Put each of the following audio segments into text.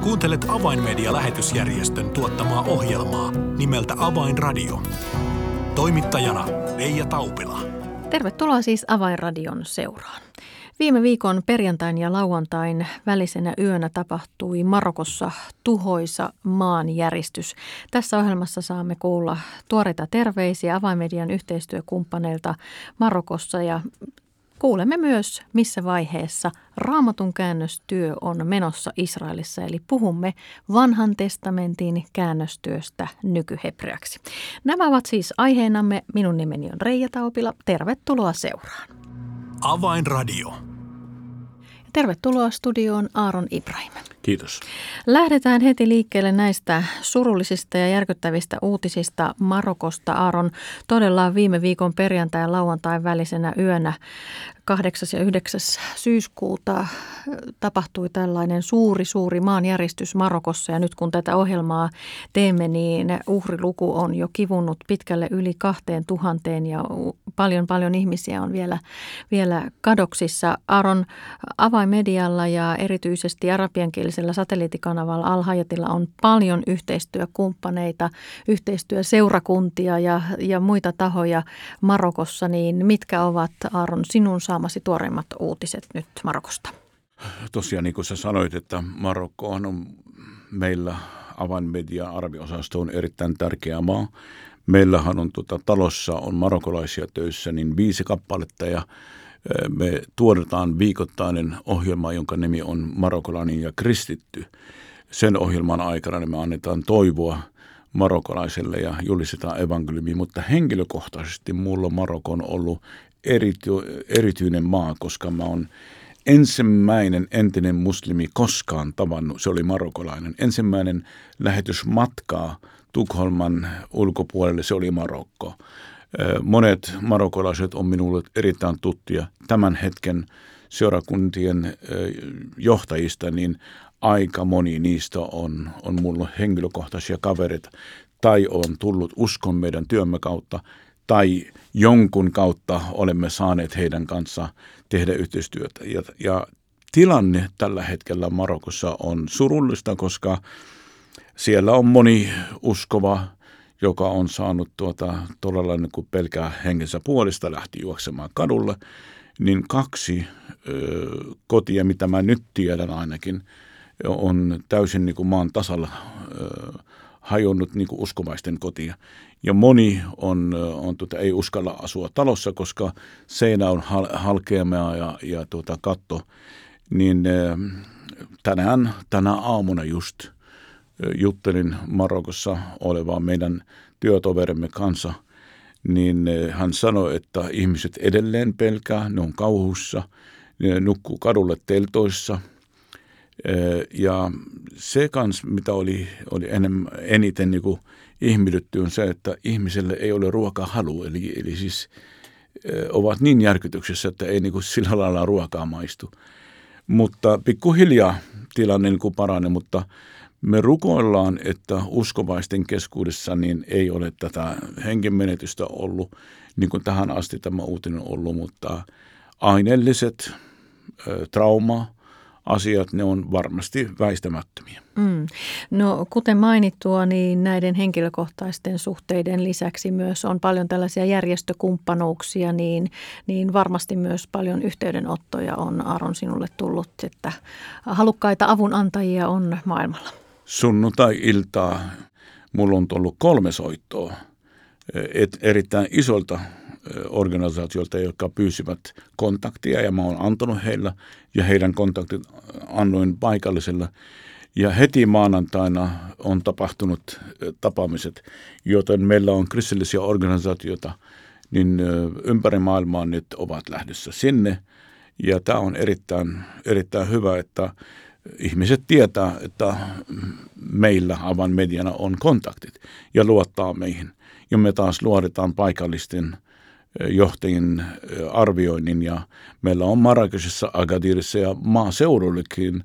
Kuuntelet Avainmedia-lähetysjärjestön tuottamaa ohjelmaa nimeltä Avainradio. Toimittajana Leija Taupila. Tervetuloa siis Avainradion seuraan. Viime viikon perjantain ja lauantain välisenä yönä tapahtui Marokossa tuhoisa maanjäristys. Tässä ohjelmassa saamme kuulla tuoreita terveisiä Avainmedian yhteistyökumppaneilta Marokossa ja kuulemme myös, missä vaiheessa Raamatun käännöstyö on menossa Israelissa, eli puhumme vanhan testamentin käännöstyöstä nykyhebreaksi. Nämä ovat siis aiheenamme. Minun nimeni on Leija Taupila. Tervetuloa seuraan. Avainradio. Tervetuloa studioon Aaron Ibrahim. Kiitos. Lähdetään heti liikkeelle näistä surullisista ja järkyttävistä uutisista Marokosta. Aaron, todella viime viikon perjantai ja lauantain välisenä yönä 8. ja 9. syyskuuta tapahtui tällainen suuri maanjäristys Marokossa. Ja nyt kun tätä ohjelmaa teemme, niin uhriluku on jo kivunnut pitkälle yli 2000 ja paljon ihmisiä on vielä kadoksissa. Aaron, Avainmedialla ja erityisesti arabiankielisellä satelliittikanavalla Al-Hayatilla on paljon yhteistyökumppaneita, yhteistyöseurakuntia ja muita tahoja Marokossa. Niin mitkä ovat, Aaron, sinun saamasi tuoreimmat uutiset nyt Marokosta? Tosiaan niin kuin sä sanoit, että Marokko on meillä Avainmedia arabiosasto on erittäin tärkeä maa. Meillähän on talossa on marokolaisia töissä niin 5 kappaletta ja me tuotetaan viikoittainen ohjelma, jonka nimi on Marokolainen ja kristitty. Sen ohjelman aikana me annetaan toivoa marokolaiselle ja julistetaan evankeliumia, mutta henkilökohtaisesti mulla Marokko on ollut erityinen maa, koska mä oon ensimmäinen entinen muslimi koskaan tavannut, se oli marokolainen. Ensimmäinen lähetysmatkaa Tukholman ulkopuolelle, se oli Marokko. Monet marokolaiset on minulle erittäin tuttuja. Tämän hetken seurakuntien johtajista, niin aika moni niistä on mulla henkilökohtaisia kavereita tai on tullut uskon meidän työmme kautta tai jonkun kautta olemme saaneet heidän kanssa tehdä yhteistyötä. Ja tilanne tällä hetkellä Marokossa on surullista, koska siellä on moni uskova, joka on saanut todella niin kuin pelkää hengensä puolesta, lähti juoksemaan kadulle, niin 2 kotia, mitä mä nyt tiedän ainakin, on täysin niin kuin maan tasalla hajonnut niin kuin uskovaisten kotia. Ja moni ei uskalla asua talossa, koska seinä on halkeamaa ja katto. Niin tänä aamuna just juttelin Marokossa olevaa meidän työtoverimme kanssa, niin hän sanoi, että ihmiset edelleen pelkää, ne on kauhussa, ne nukkuu kadulle teltoissa. Ja se kanssa, mitä oli eniten niin kuin ihmetytty, on se, että ihmiselle ei ole ruokahalu, eli siis ovat niin järkytyksessä, että ei niin kuin sillä lailla ruokaa maistu. Mutta pikkuhiljaa tilanne niin kuin paranee, mutta me rukoillaan, että uskovaisten keskuudessa niin ei ole tätä hengenmenetystä ollut, niin kuin tähän asti tämä uutinen on ollut, mutta aineelliset trauma-asiat, ne on varmasti väistämättömiä. No kuten mainittua, niin näiden henkilökohtaisten suhteiden lisäksi myös on paljon tällaisia järjestökumppanuuksia, niin varmasti myös paljon yhteydenottoja on, Aaron, sinulle tullut, että halukkaita avunantajia on maailmalla. Sunnuntai-iltaa mulla on tullut 3 soittoa erittäin isolta organisaatiolta, jotka pyysivät kontaktia ja mä oon antanut heillä ja heidän kontaktit annoin paikallisella. Ja heti maanantaina on tapahtunut tapaamiset, joten meillä on kristillisiä organisaatioita, niin ympäri maailmaa nyt ovat lähdössä sinne. Ja tämä on erittäin hyvä, että ihmiset tietää, että meillä Avainmediana on kontaktit ja luottaa meihin. Ja me taas luodetaan paikallisten johtajien arvioinnin ja meillä on Marrakeshissa, Agadirissa ja maaseudullekin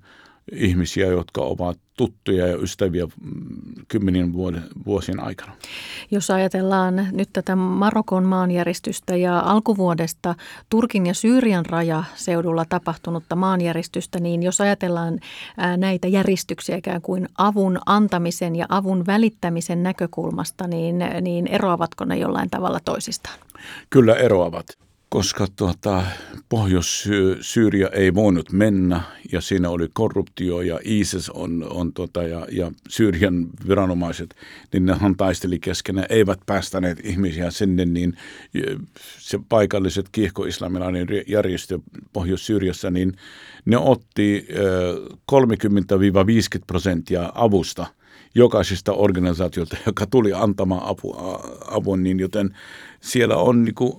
ihmisiä, jotka ovat tuttuja ja ystäviä 10 vuosien aikana. Jos ajatellaan nyt tätä Marokon maanjäristystä ja alkuvuodesta Turkin ja Syyrian rajaseudulla tapahtunutta maanjäristystä, niin jos ajatellaan näitä järistyksiä ikään kuin avun antamisen ja avun välittämisen näkökulmasta, niin eroavatko ne jollain tavalla toisistaan? Kyllä eroavat. Koska Pohjois-Syyria ei voinut mennä ja siinä oli korruptio ja ISIS ja Syyrian viranomaiset, niin nehän taisteli keskenään, eivät päästäneet ihmisiä sinne, niin se paikalliset kiihko-islamilainen järjestö Pohjois-Syyriassa, niin ne otti 30-50% avusta jokaisesta organisaatiolta, joka tuli antamaan apua, niin joten siellä on niinku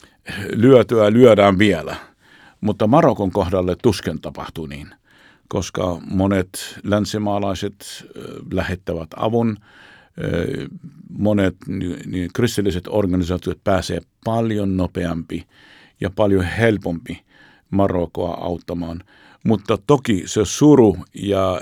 lyödään vielä, mutta Marokon kohdalle tuskin tapahtuu niin, koska monet länsimaalaiset lähettävät avun, monet kristilliset organisaatiot pääsee paljon nopeampi ja paljon helpompi Marokkoa auttamaan, mutta toki se suru ja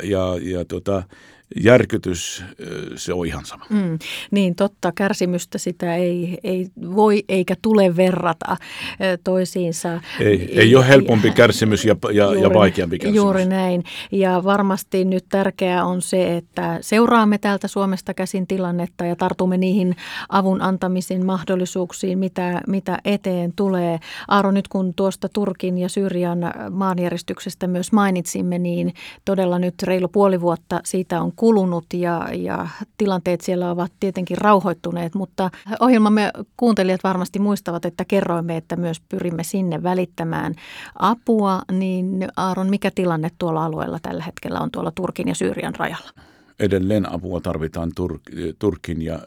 järkytys, se on ihan sama. Niin totta, kärsimystä sitä ei voi eikä tule verrata toisiinsa. Ei ole helpompi kärsimys ja vaikeampi kärsimys. Juuri näin. Ja varmasti nyt tärkeää on se, että seuraamme täältä Suomesta käsin tilannetta ja tartumme niihin avun antamisen mahdollisuuksiin, mitä eteen tulee. Aaro, nyt kun tuosta Turkin ja Syyrian maanjäristyksestä myös mainitsimme, niin todella nyt reilu puoli vuotta siitä on kulunut ja tilanteet siellä ovat tietenkin rauhoittuneet, mutta ohjelmamme kuuntelijat varmasti muistavat, että kerroimme, että myös pyrimme sinne välittämään apua. Niin Aaron, mikä tilanne tuolla alueella tällä hetkellä on tuolla Turkin ja Syyrian rajalla? Edelleen apua tarvitaan Turkin ja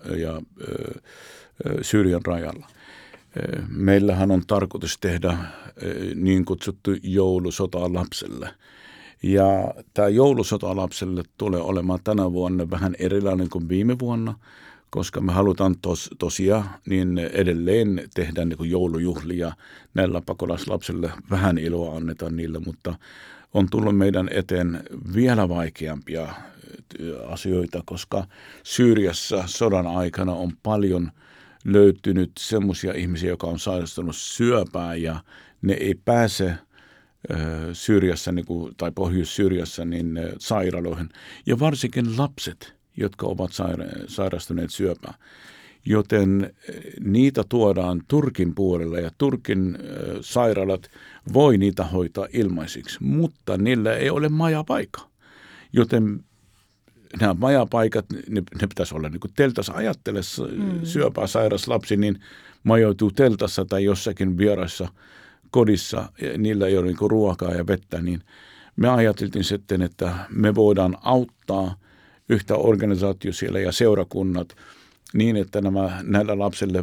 Syyrian rajalla. Meillähän on tarkoitus tehdä niin kutsuttu joulusota lapselle. Ja tämä joulusota lapselle tulee olemaan tänä vuonna vähän erilainen kuin viime vuonna, koska me halutaan tosiaan niin edelleen tehdä niin kuin joulujuhlia näillä pakolaislapsille. Vähän iloa annetaan niille, mutta on tullut meidän eteen vielä vaikeampia asioita, koska Syyriassa sodan aikana on paljon löytynyt semmoisia ihmisiä, jotka on sairastunut syöpää ja ne ei pääse Syyriassa tai Pohjois-Syyriassa niin sairaaloihin ja varsinkin lapset, jotka ovat sairastuneet syöpää. Joten niitä tuodaan Turkin puolelle ja Turkin sairaalat voi niitä hoitaa ilmaisiksi, mutta niillä ei ole majapaikka. Joten nämä majapaikat, ne pitäisi olla niin kuin teltassa. Ajattele syöpää sairas lapsi, niin majoituu teltassa tai jossakin vierassa kodissa, niillä ei ole niin kuin ruokaa ja vettä, niin me ajateltiin sitten, että me voidaan auttaa yhtä organisaatio siellä ja seurakunnat niin, että näillä lapsille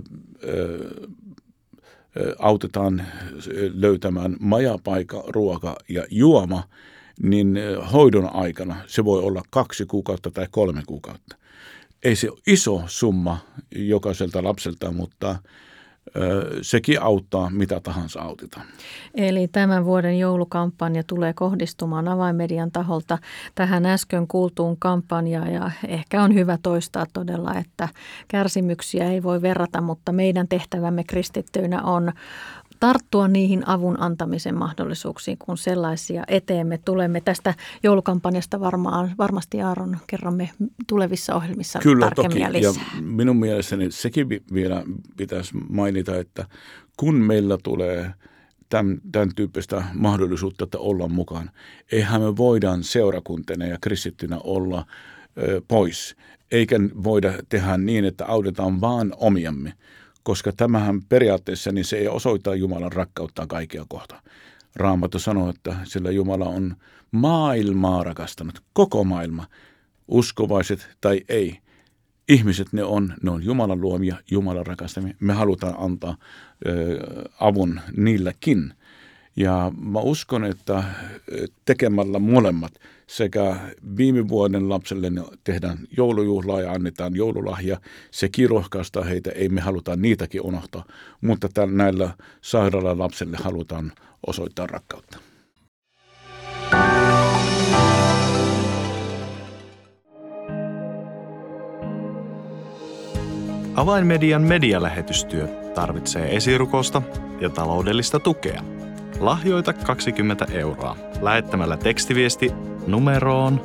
autetaan löytämään majapaikka, ruoka ja juoma, niin hoidon aikana se voi olla 2 kuukautta tai 3 kuukautta. Ei se ole iso summa jokaiselta lapselta, mutta sekin auttaa, mitä tahansa autetaan. Eli tämän vuoden joulukampanja tulee kohdistumaan Avainmedian taholta tähän äsken kuultuun kampanjaan ja ehkä on hyvä toistaa todella, että kärsimyksiä ei voi verrata, mutta meidän tehtävämme kristittyinä on tarttua niihin avun antamisen mahdollisuuksiin, kun sellaisia eteemme tulemme. Tästä joulukampanjasta varmasti Aaron kerromme tulevissa ohjelmissa tarkemmin lisää. Ja minun mielestäni sekin vielä pitäisi mainita, että kun meillä tulee tämän tyyppistä mahdollisuutta, että ollaan mukaan, eihän me voidaan seurakuntana ja kristittynä olla pois, eikä voida tehdä niin, että autetaan vaan omiamme. Koska tämähän periaatteessa niin se ei osoita Jumalan rakkautta kaikkia kohtaan. Raamattu sanoo, että sillä Jumala on maailmaa rakastanut, koko maailma, uskovaiset tai ei. Ihmiset ne on Jumalan luomia, Jumalan rakastamia. Me halutaan antaa avun niilläkin. Ja mä uskon, että tekemällä molemmat sekä viime vuoden lapselle tehdään joulujuhlaa ja annetaan joululahja, se rohkaistaa heitä, ei me haluta niitäkin unohtaa, mutta näillä sairaalla lapselle halutaan osoittaa rakkautta. Avainmedian medialähetystyö tarvitsee esirukousta ja taloudellista tukea. Lahjoita 20 € lähettämällä tekstiviesti numeroon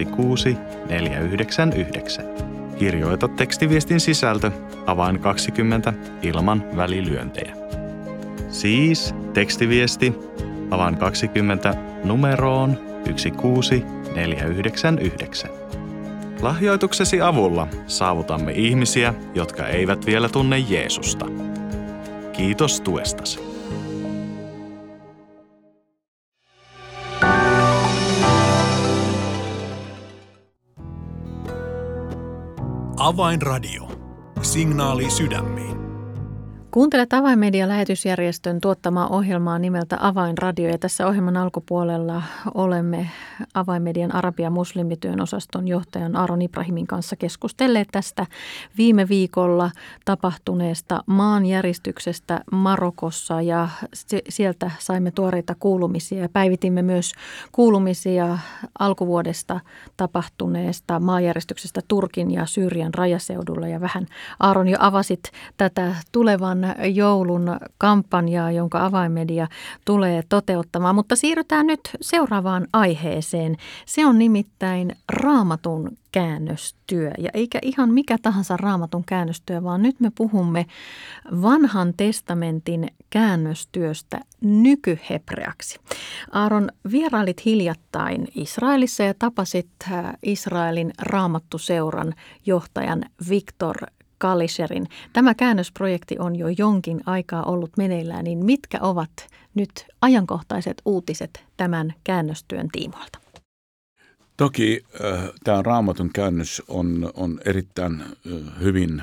16499. Kirjoita tekstiviestin sisältö avain 20 ilman välilyöntejä. Siis tekstiviesti avain 20 numeroon 16499. Lahjoituksesi avulla saavutamme ihmisiä, jotka eivät vielä tunne Jeesusta. Kiitos tuestasi. Avainradio. Signaali sydämiin. Kuuntelet Avainmedia-lähetysjärjestön tuottamaa ohjelmaa nimeltä Avainradio, ja tässä ohjelman alkupuolella olemme Avainmedian Arabia muslimityön osaston johtajan Aaron Ibrahimin kanssa keskustelleet tästä viime viikolla tapahtuneesta maanjäristyksestä Marokossa, ja sieltä saimme tuoreita kuulumisia ja päivitimme myös kuulumisia alkuvuodesta tapahtuneesta maanjäristyksestä Turkin ja Syyrian rajaseudulla, ja vähän Aaron jo avasit tätä tulevan joulun kampanjaa, jonka Avainmedia tulee toteuttamaan. Mutta siirrytään nyt seuraavaan aiheeseen. Se on nimittäin Raamatun käännöstyö. Ja eikä ihan mikä tahansa Raamatun käännöstyö, vaan nyt me puhumme Vanhan testamentin käännöstyöstä nykyhebreaksi. Aaron, vierailit hiljattain Israelissa ja tapasit Israelin raamattuseuran johtajan Victor Kalisherin. Tämä käännösprojekti on jo jonkin aikaa ollut meneillään, niin mitkä ovat nyt ajankohtaiset uutiset tämän käännöstyön tiimoilta? Toki tämä Raamatun käännös on erittäin hyvin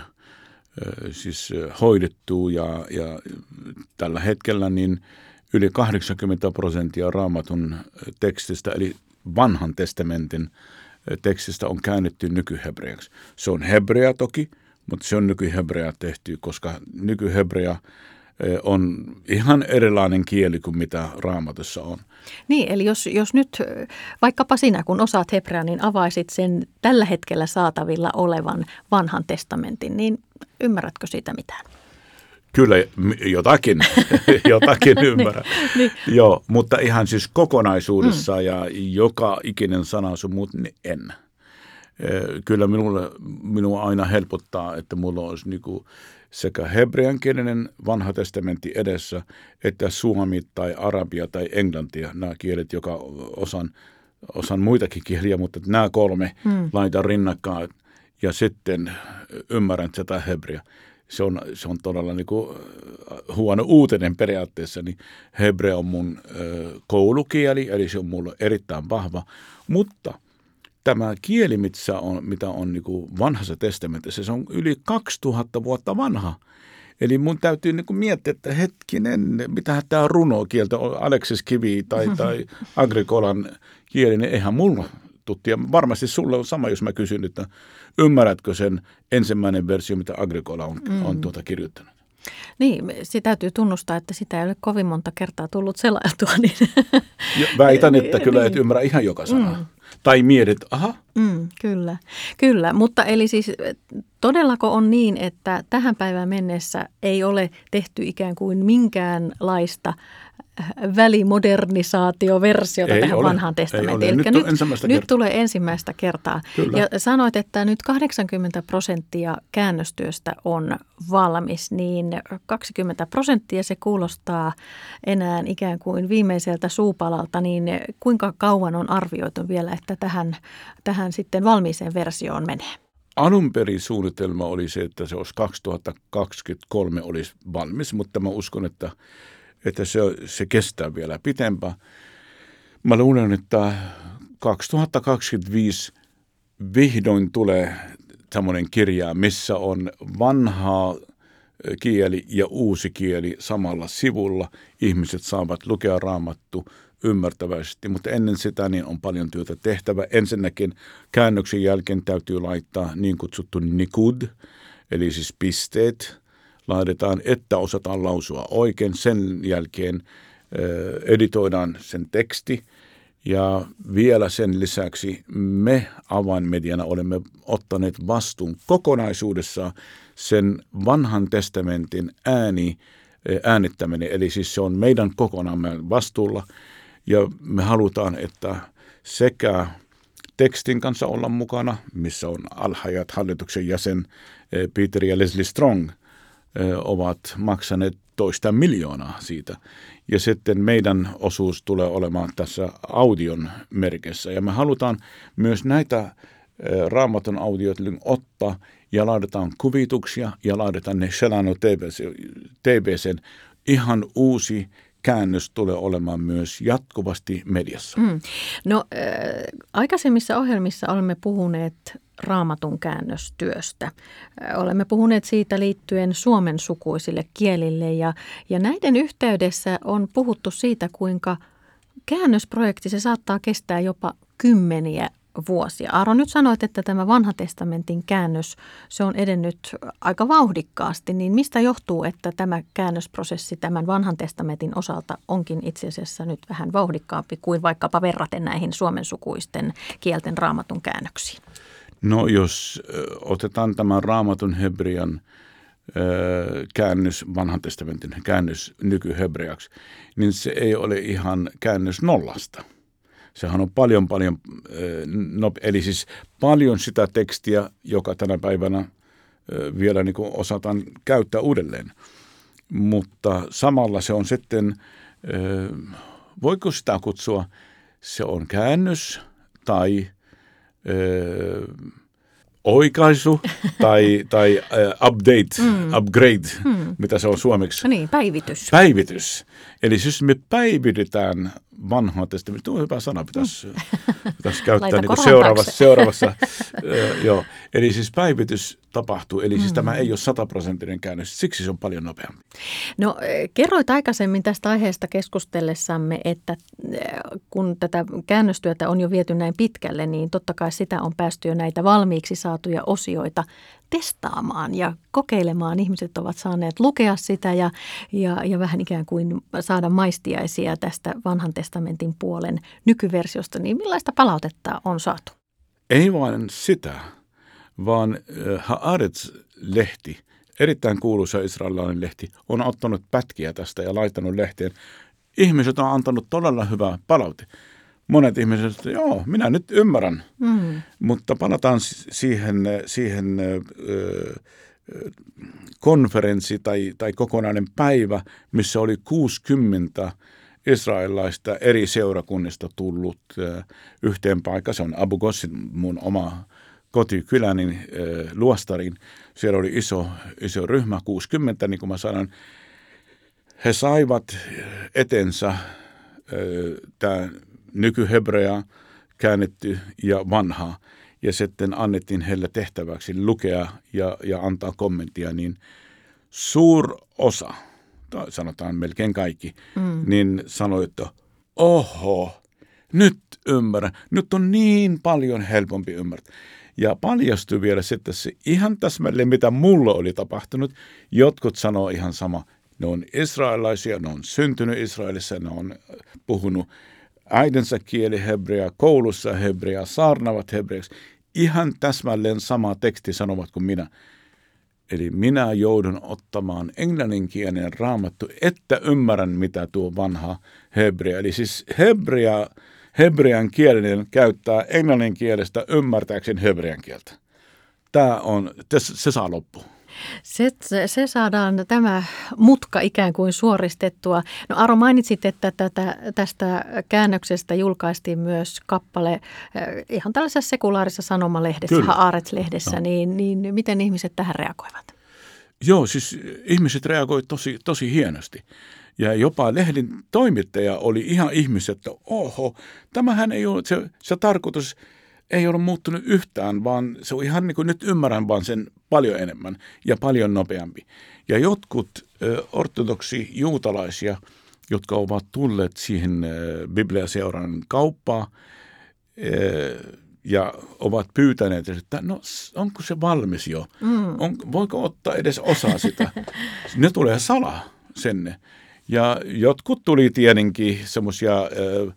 hoidettu ja tällä hetkellä niin yli 80% Raamatun tekstistä, eli Vanhan testamentin tekstistä on käännetty nykyhebreaksi. Se on hebrea toki, mutta se on nykyhebrea tehty, koska nykyhebrea on ihan erilainen kieli kuin mitä Raamatussa on. Niin, eli jos nyt vaikkapa sinä, kun osaat hebreaa, niin avaisit sen tällä hetkellä saatavilla olevan Vanhan testamentin, niin ymmärrätkö siitä mitään? Kyllä jotakin ymmärrän. niin. Joo, mutta ihan siis kokonaisuudessa ja joka ikinen sana sun muut, niin en. Kyllä minua aina helpottaa, että mulla olisi niinku sekä hebreankielinen vanha testamentti edessä, että suomi tai arabia tai englantia, nämä kielet, joka osan muitakin kieliä, mutta nämä kolme laitan rinnakkain ja sitten ymmärrän tätä hebrea. Se on todella niinku huono uutinen periaatteessa, niin hebrea on mun koulukieli, eli se on mulle erittäin vahva, mutta tämä kieli, mitä on niin kuin vanhassa testamentissa, se on yli 2000 vuotta vanha. Eli mun täytyy niin kuin miettiä, että hetkinen, mitähän tämä runokieltä on, Aleksis Kivi tai Agricolan kieli, niin eihän mulla tuttu. Ja varmasti sulle on sama, jos mä kysyn, että ymmärrätkö sen ensimmäinen versio, mitä Agricola on kirjoittanut? Niin, se täytyy tunnustaa, että sitä ei ole kovin monta kertaa tullut selailtua. Niin. Väitän, että kyllä et ymmärrä ihan joka sana. Tai mietit, aha. Kyllä, mutta eli siis todellako on niin, että tähän päivään mennessä ei ole tehty ikään kuin minkäänlaista välimodernisaatioversiota tähän vanhaan testamenttiin. Eli nyt tulee ensimmäistä kertaa. Kyllä. Ja sanoit, että nyt 80% käännöstyöstä on valmis, niin 20% se kuulostaa enää ikään kuin viimeiseltä suupalalta, niin kuinka kauan on arvioitu vielä, että tähän sitten valmiiseen versioon menee? Alun perin suunnitelma oli se, että se olisi 2023 olisi valmis, mutta mä uskon, että se kestää vielä pitempään. Mä luulen, että 2025 vihdoin tulee tämmöinen kirja, missä on vanha kieli ja uusi kieli samalla sivulla. Ihmiset saavat lukea Raamattu ymmärtävästi, mutta ennen sitä niin on paljon työtä tehtävä. Ensinnäkin käännöksen jälkeen täytyy laittaa niin kutsuttu nikud, eli siis pisteet. Laitetaan, että osataan lausua oikein. Sen jälkeen editoidaan sen teksti Ja vielä sen lisäksi me avainmediana olemme ottaneet vastuun kokonaisuudessaan sen vanhan testamentin äänittäminen. Eli siis se on meidän kokonaan vastuulla ja me halutaan, että sekä tekstin kanssa olla mukana, missä on Al-Hayat hallituksen jäsen Peter ja Leslie Strong ovat maksaneet 2 miljoonaa siitä. Ja sitten meidän osuus tulee olemaan tässä audion merkissä. Ja me halutaan myös näitä Raamatun audioita ottaa ja laitetaan kuvituksia ja laitetaan ne Shelano TV:n. Ihan uusi käännös tulee olemaan myös jatkuvasti mediassa. No aikaisemmissa ohjelmissa olemme puhuneet Raamatun käännöstyöstä. Olemme puhuneet siitä liittyen suomen sukuisille kielille ja näiden yhteydessä on puhuttu siitä, kuinka käännösprojekti se saattaa kestää jopa 10 vuosia. Aaro, nyt sanoit, että tämä vanhan testamentin käännös, se on edennyt aika vauhdikkaasti, niin mistä johtuu, että tämä käännösprosessi tämän vanhan testamentin osalta onkin itse asiassa nyt vähän vauhdikkaampi kuin vaikkapa verraten näihin suomensukuisten kielten Raamatun käännöksiin? No jos otetaan tämä Raamatun hebrean käännös, vanhan testamentin käännös nykyhebreaksi, niin se ei ole ihan käännös nollasta. Sehän on paljon, eli siis paljon sitä tekstiä, joka tänä päivänä vielä niin kuin osataan käyttää uudelleen. Mutta samalla se on sitten, voiko sitä kutsua, se on käännös tai oikaisu tai upgrade, mitä se on suomeksi. Niin, päivitys. Päivitys. Eli siis me päivitetään vanhaa testamentia. Tuo on hyvä sana, pitäisi käyttää niin seuraavassa. Joo. Eli siis päivitys tapahtuu. Eli siis tämä ei ole 100% käännös. Siksi se on paljon nopeampi. No kerroit aikaisemmin tästä aiheesta keskustellessamme, että kun tätä käännöstyötä on jo viety näin pitkälle, niin totta kai sitä on päästy jo näitä valmiiksi saatuja osioita testaamaan ja kokeilemaan. Ihmiset ovat saaneet lukea sitä ja vähän ikään kuin saada maistiaisia tästä vanhan testamentin puolen nykyversiosta. Niin millaista palautetta on saatu? Ei vain sitä, vaan Haaretz-lehti, erittäin kuuluisa israelilainen lehti, on ottanut pätkiä tästä ja laittanut lehteen. Ihmiset on antanut todella hyvää palaute. Monet ihmiset, että joo, minä nyt ymmärrän, mutta palataan siihen konferenssi tai kokonainen päivä, missä oli 60 israelilaista eri seurakunnista tullut yhteen paikkaan. Se on Abu Ghossin, mun oma kotikyläni luostariin. Siellä oli iso ryhmä, 60, niin kuin mä sanon. He saivat etensä tämä nykyhebrea käännetty ja vanha. Ja sitten annettiin heille tehtäväksi lukea ja antaa kommenttia, niin suurosa, sanotaan melkein kaikki, niin sanoi, että oho, nyt ymmärrän, nyt on niin paljon helpompi ymmärtää. Ja paljastui vielä sitten se ihan täsmälleen, mitä mulle oli tapahtunut. Jotkut sanoo ihan sama, ne on israelilaisia, ne on syntynyt Israelissa, ne on puhunut äidensä kieli hebrea, koulussa hebrea, saarnavat hebreaksi. Ihan täsmälleen sama teksti sanovat kuin minä. Eli minä joudun ottamaan englanninkielinen raamattu, että ymmärrän, mitä tuo vanha hebrea. Eli siis hebrean kielinen käyttää englannin kielestä ymmärtääkseen hebrean kieltä. Se saa loppuun. Se saadaan tämä mutka ikään kuin suoristettua. No Aaro, mainitsit, että tästä käännöksestä julkaistiin myös kappale ihan tällaisessa sekulaarisessa sanomalehdessä, Haaretz-lehdessä, niin miten ihmiset tähän reagoivat? Joo, siis ihmiset reagoivat tosi hienosti. Ja jopa lehden toimittaja oli ihan ihmiset, että oho, tämähän ei ole, se tarkoitus ei ole muuttunut yhtään, vaan se on ihan niin kuin nyt ymmärrän vaan sen paljon enemmän ja paljon nopeampi. Ja jotkut ortodoksi juutalaisia, jotka ovat tulleet siihen Bibliaseuran kauppaan ja ovat pyytäneet, että no onko se valmis jo? Voiko ottaa edes osaa sitä? Ne tulee salaa sinne. Ja jotkut tuli tietenkin semmoisia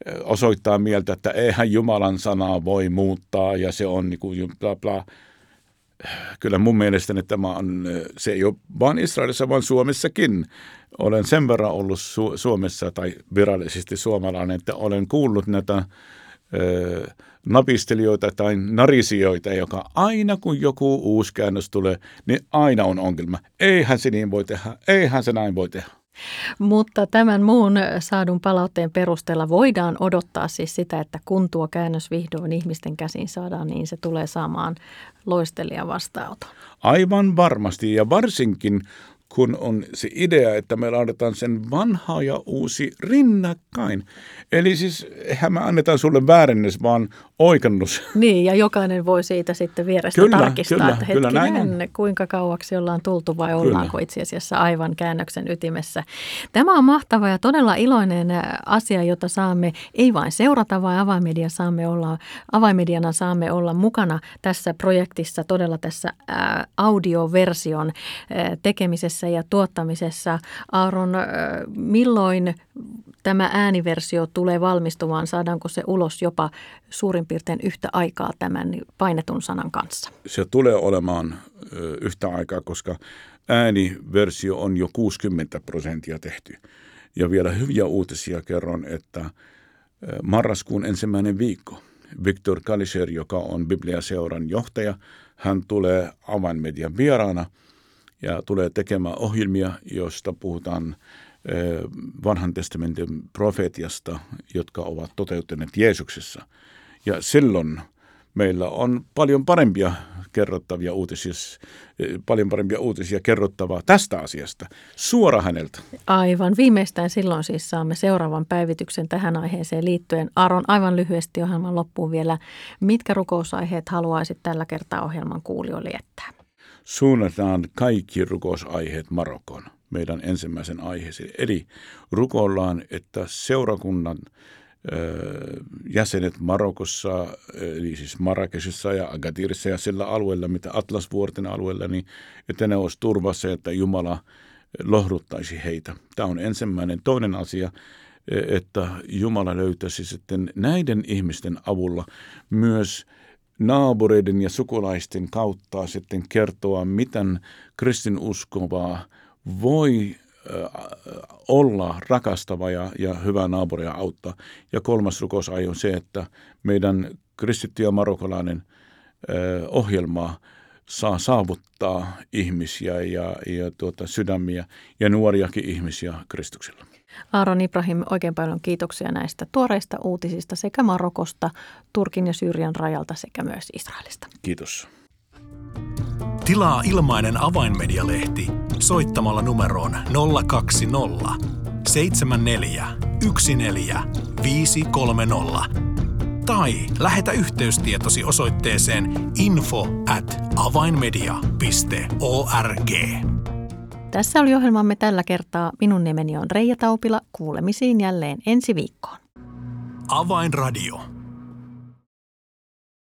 osoittaa mieltä, että eihän Jumalan sanaa voi muuttaa ja se on niin kuin bla bla. Kyllä mun mielestäni tämä on, se ei ole vain Israelissa, vaan Suomessakin. Olen sen verran ollut Suomessa tai virallisesti suomalainen, että olen kuullut näitä napistelijoita tai narisijoita, joka aina kun joku uusi käännös tulee, niin aina on ongelma. Eihän se niin voi tehdä, eihän se näin voi tehdä. Mutta tämän muun saadun palautteen perusteella voidaan odottaa siis sitä, että kun tuo käännös vihdoin ihmisten käsiin saadaan, niin se tulee saamaan loistelijan vastaanoton. Aivan varmasti ja varsinkin kun on se idea, että me laitetaan sen vanha ja uusi rinnakkain. Eli siis eihän me annetaan sulle väärennys, vaan oikannus. Niin, ja jokainen voi siitä sitten vierestä tarkistaa, että hetkinen, kuinka kauaksi ollaan tultu vai ollaanko itse asiassa aivan käännöksen ytimessä. Tämä on mahtava ja todella iloinen asia, jota saamme ei vain seurata, vaan avainmediana saamme olla mukana tässä projektissa, todella tässä audioversion tekemisessä ja tuottamisessa. Aaron, milloin tämä ääniversio tulee valmistumaan? Saadaanko se ulos jopa suurin piirtein yhtä aikaa tämän painetun sanan kanssa? Se tulee olemaan yhtä aikaa, koska ääniversio on jo 60% tehty. Ja vielä hyviä uutisia kerron, että marraskuun 1. viikko Viktor Kalisher, joka on Biblia-seuran johtaja, hän tulee Avainmedian vieraana ja tulee tekemään ohjelmia, joista puhutaan vanhan testamentin profeetiasta, jotka ovat toteutuneet Jeesuksessa. Ja silloin meillä on paljon parempia uutisia kerrottavaa tästä asiasta suora häneltä. Aivan. Viimeistään silloin siis saamme seuraavan päivityksen tähän aiheeseen liittyen. Aaron, aivan lyhyesti ohjelman loppuun vielä. Mitkä rukousaiheet haluaisit tällä kertaa ohjelman kuulijoille jättää? Suunnataan kaikki rukousaiheet Marokkoon, meidän ensimmäisen aiheeseen. Eli rukoillaan, että seurakunnan jäsenet Marokossa, eli siis Marrakeshissa ja Agadirissa ja sillä alueella, mitä Atlasvuorten alueella, niin että ne olisi turvassa, että Jumala lohduttaisi heitä. Tämä on ensimmäinen. Toinen asia, että Jumala löytäisi sitten näiden ihmisten avulla myös naapureiden ja sukulaisten kautta sitten kertoa, miten kristinuskova voi olla rakastava ja hyvä naapuria auttaa. Ja kolmas rukousaihe on se, että meidän kristitty ja marokolainen ohjelma saa saavuttaa ihmisiä ja sydämiä ja nuoriakin ihmisiä Kristuksella. Aaron Ibrahim, oikein paljon kiitoksia näistä tuoreista uutisista sekä Marokosta, Turkin ja Syyrian rajalta sekä myös Israelista. Kiitos. Tilaa ilmainen Avainmedia-lehti soittamalla numeroon 020 74 14 530 tai lähetä yhteystietosi osoitteeseen info@avainmedia.org. Tässä oli ohjelmamme tällä kertaa. Minun nimeni on Reija Taupila. Kuulemisiin jälleen ensi viikkoon. Avainradio.